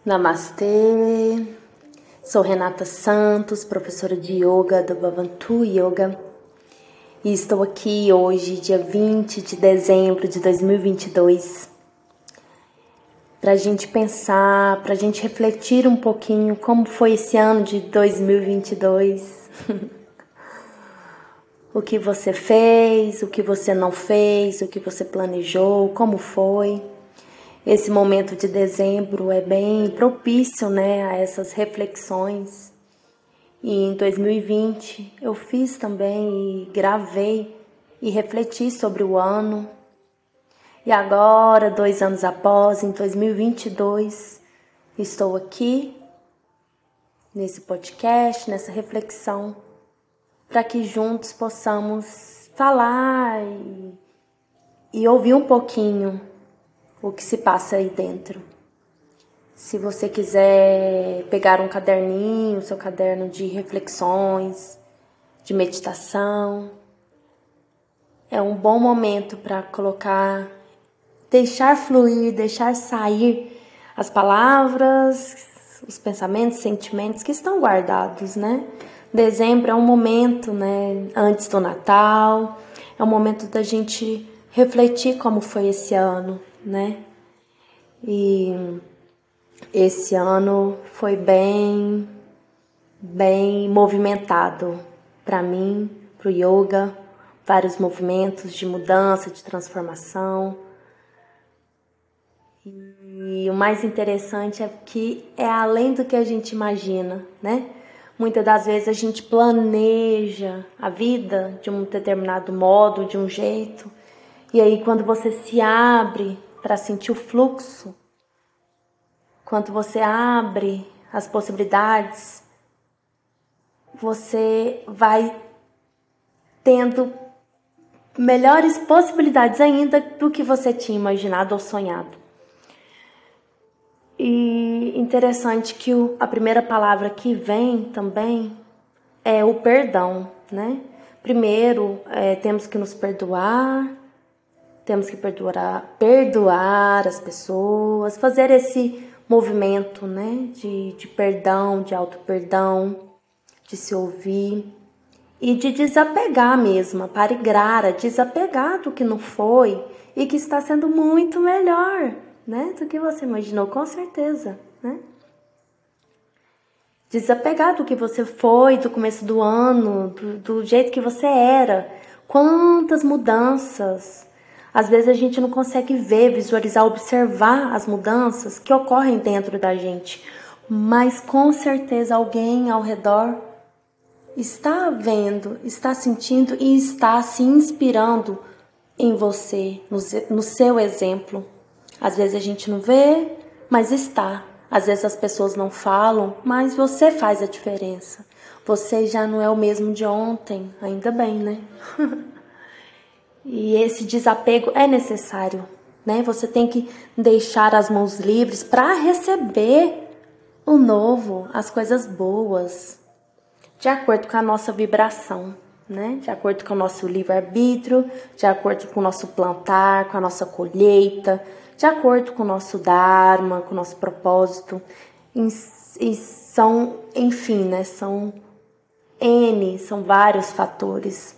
Namastê, sou Renata Santos, professora de Yoga do Bhavantu Yoga e estou aqui hoje, dia 20 de dezembro de 2022, para a gente pensar, para a gente refletir um pouquinho como foi esse ano de 2022, o que você fez, o que você não fez, o que você planejou, como foi. Esse momento de dezembro é bem propício, a essas reflexões. E em 2020 eu fiz também e gravei e refleti sobre o ano. E agora, 2 anos após, em 2022, estou aqui nesse podcast, nessa reflexão, para que juntos possamos falar e ouvir um pouquinho o que se passa aí dentro. Se você quiser pegar um caderninho, seu caderno de reflexões, de meditação, é um bom momento para colocar, deixar fluir, deixar sair as palavras, os pensamentos, sentimentos que estão guardados, Dezembro é um momento, antes do Natal, é um momento da gente refletir como foi esse ano, E esse ano foi bem movimentado para mim, para o yoga, vários movimentos de mudança, de transformação. E o mais interessante é que é além do que a gente imagina, Muitas das vezes a gente planeja a vida de um determinado modo, de um jeito, e aí quando você se abre para sentir o fluxo, quando você abre as possibilidades, você vai tendo melhores possibilidades ainda do que você tinha imaginado ou sonhado. E interessante que a primeira palavra que vem também é o perdão, Primeiro, temos que nos perdoar. Temos que perdoar as pessoas, fazer esse movimento, de perdão, de auto-perdão, de se ouvir e de desapegar mesmo, parigrar, desapegar do que não foi e que está sendo muito melhor, do que você imaginou, com certeza, Desapegar do que você foi, do começo do ano, do jeito que você era. Quantas mudanças! Às vezes a gente não consegue ver, visualizar, observar as mudanças que ocorrem dentro da gente. Mas com certeza alguém ao redor está vendo, está sentindo e está se inspirando em você, no seu exemplo. Às vezes a gente não vê, mas está. Às vezes as pessoas não falam, mas você faz a diferença. Você já não é o mesmo de ontem, ainda bem, E esse desapego é necessário, Você tem que deixar as mãos livres para receber o novo, as coisas boas, de acordo com a nossa vibração, De acordo com o nosso livre-arbítrio, de acordo com o nosso plantar, com a nossa colheita, de acordo com o nosso dharma, com o nosso propósito. E são, enfim, são são vários fatores,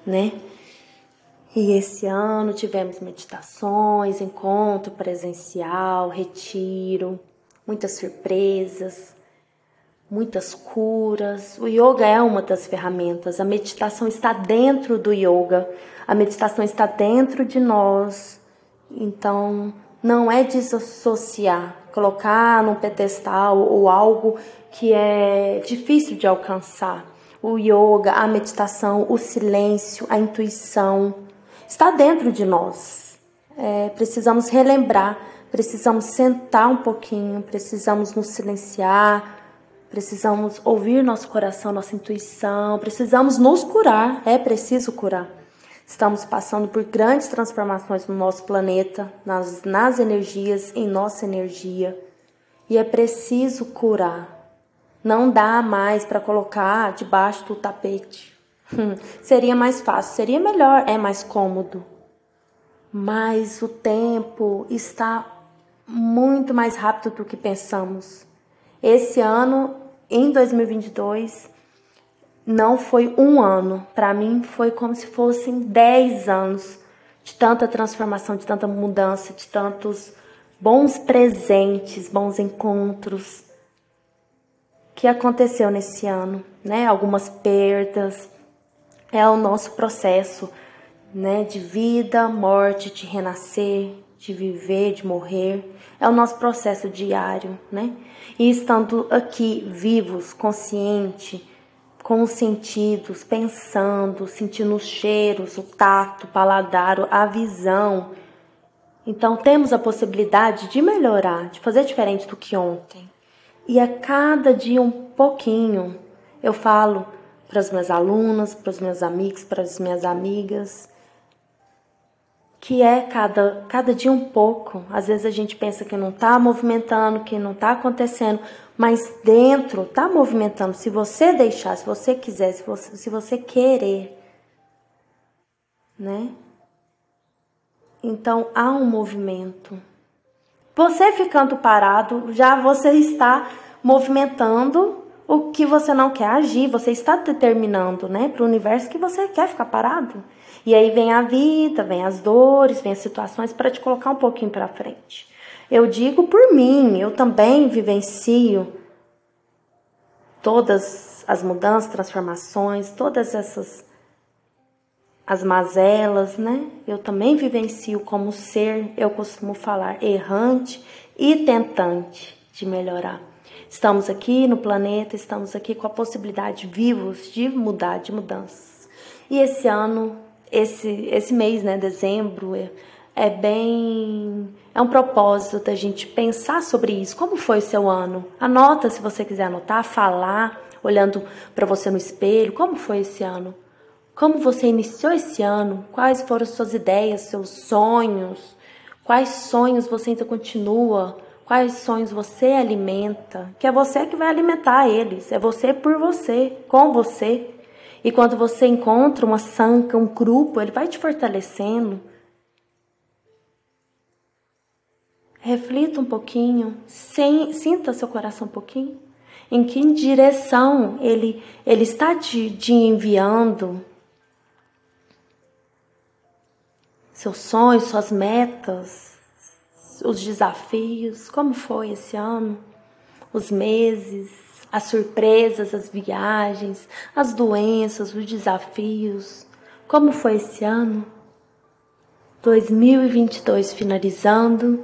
E esse ano tivemos meditações, encontro presencial, retiro, muitas surpresas, muitas curas. O yoga é uma das ferramentas, a meditação está dentro do yoga, a meditação está dentro de nós. Então, não é desassociar, colocar num pedestal ou algo que é difícil de alcançar. O yoga, a meditação, o silêncio, a intuição está dentro de nós. Precisamos relembrar, precisamos sentar um pouquinho, precisamos nos silenciar, precisamos ouvir nosso coração, nossa intuição, precisamos nos curar, é preciso curar. Estamos passando por grandes transformações no nosso planeta, nas energias, em nossa energia, e é preciso curar. Não dá mais para colocar debaixo do tapete. Seria mais fácil, seria melhor, é mais cômodo. Mas o tempo está muito muito mais rápido do que pensamos. Esse ano, em 2022, não foi um ano. Para mim, foi como se fossem 10 anos de tanta transformação, de tanta mudança, de tantos bons presentes, bons encontros que aconteceu nesse ano, né? Algumas perdas. É o nosso processo, né? De vida, morte, de renascer, de viver, de morrer. É o nosso processo diário, né? E estando aqui vivos, consciente, com os sentidos, pensando, sentindo os cheiros, o tato, o paladar, a visão. Então temos a possibilidade de melhorar, de fazer diferente do que ontem. E a cada dia um pouquinho. Eu falo para as minhas alunas, para os meus amigos, para as minhas amigas, que é cada dia um pouco. Às vezes a gente pensa que não está movimentando, que não está acontecendo, mas dentro está movimentando. Se você deixar, se você quiser, se você querer, né? Então há um movimento. Você ficando parado, já você está movimentando o que você não quer agir. Você está determinando, né, para o universo que você quer ficar parado. E aí vem a vida, vem as dores, vem as situações para te colocar um pouquinho para frente. Eu digo por mim, eu também vivencio todas as mudanças, transformações, todas as mazelas, né? Eu também vivencio como ser, eu costumo falar, errante e tentante de melhorar. Estamos aqui no planeta, estamos aqui com a possibilidade vivos de mudar, de mudanças. E esse ano, esse mês, né, dezembro, é um propósito da gente pensar sobre isso. Como foi o seu ano? Anota se você quiser anotar, falar, olhando para você no espelho. Como foi esse ano? Como você iniciou esse ano? Quais foram suas ideias, seus sonhos? Quais sonhos você ainda continua? Quais sonhos você alimenta? Que é você que vai alimentar eles. É você por você, com você. E quando você encontra uma sanca, um grupo, ele vai te fortalecendo. Reflita um pouquinho, sinta seu coração um pouquinho. Em que direção ele está te enviando? Seus sonhos, suas metas, os desafios, como foi esse ano? Os meses, as surpresas, as viagens, as doenças, os desafios. Como foi esse ano? 2022 finalizando.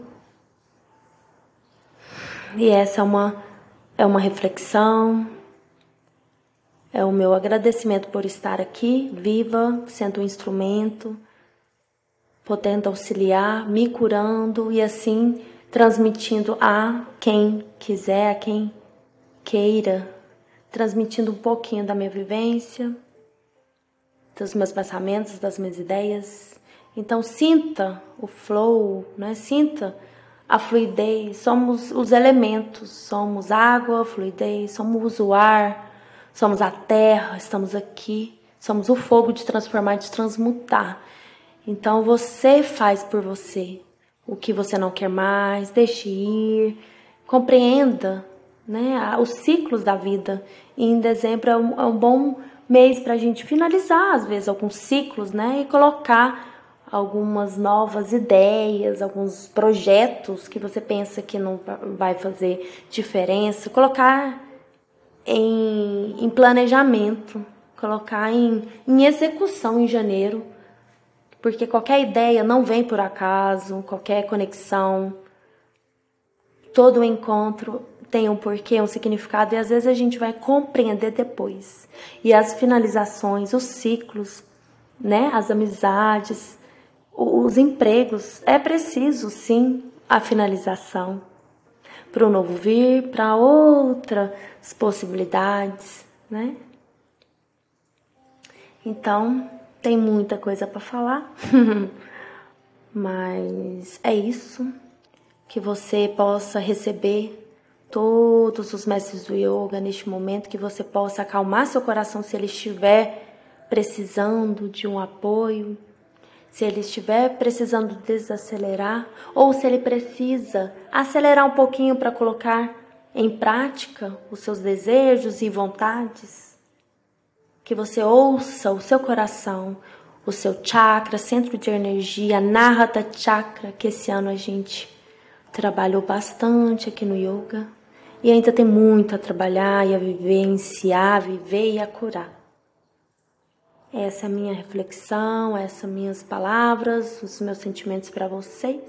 E essa é uma reflexão, é o meu agradecimento por estar aqui, viva, sendo um instrumento, podendo auxiliar, me curando e assim transmitindo a quem quiser, a quem queira, transmitindo um pouquinho da minha vivência, dos meus pensamentos, das minhas ideias. Então sinta o flow, né? Sinta a fluidez, somos os elementos, somos água, fluidez, somos o ar, somos a terra, estamos aqui, somos o fogo de transformar, de transmutar. Então você faz por você o que você não quer mais, deixe ir, compreenda, né, os ciclos da vida. E em dezembro é um bom mês para a gente finalizar, às vezes, alguns ciclos, né, e colocar algumas novas ideias, alguns projetos que você pensa que não vai fazer diferença, colocar em planejamento, colocar em execução em janeiro, porque qualquer ideia não vem por acaso, qualquer conexão, todo encontro tem um porquê, um significado, e às vezes a gente vai compreender depois. E as finalizações, os ciclos, né, as amizades, os empregos, é preciso sim a finalização para o novo vir, para outras possibilidades, né? Então, tem muita coisa para falar, mas é isso, que você possa receber todos os mestres do yoga neste momento, que você possa acalmar seu coração se ele estiver precisando de um apoio, Se ele estiver precisando desacelerar ou se ele precisa acelerar um pouquinho para colocar em prática os seus desejos e vontades. Que você ouça o seu coração, o seu chakra, centro de energia, Anahata Chakra, que esse ano a gente trabalhou bastante aqui no yoga. E ainda tem muito a trabalhar e a vivenciar, a viver e a curar. Essa é a minha reflexão, essas são minhas palavras, os meus sentimentos para vocês.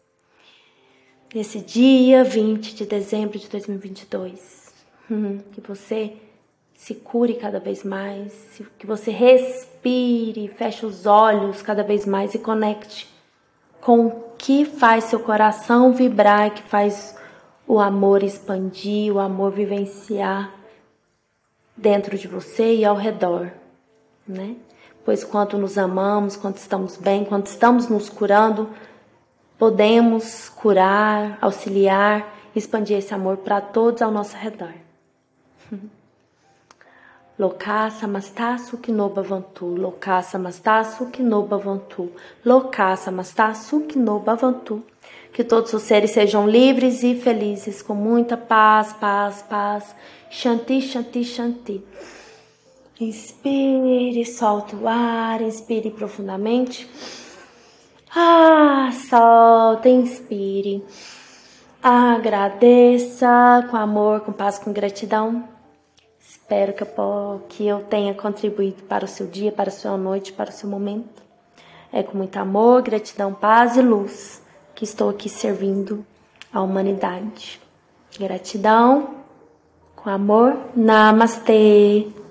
Nesse dia 20 de dezembro de 2022. Que você se cure cada vez mais, que você respire, feche os olhos cada vez mais e conecte com o que faz seu coração vibrar, que faz o amor expandir, o amor vivenciar dentro de você e ao redor, né? Pois quando nos amamos, quando estamos bem, quando estamos nos curando, podemos curar, auxiliar, expandir esse amor para todos ao nosso redor. Loka samasta sukino bhavantu, Loka samasta sukino bhavantu, Loka samasta sukino bhavantu. Que todos os seres sejam livres e felizes, com muita paz, paz, paz. Shanti, shanti, shanti. Inspire, solta o ar, inspire profundamente. Solta, inspire. Agradeça com amor, com paz, com gratidão. Espero que eu tenha contribuído para o seu dia, para a sua noite, para o seu momento. É com muito amor, gratidão, paz e luz que estou aqui servindo a humanidade. Gratidão, com amor, Namastê.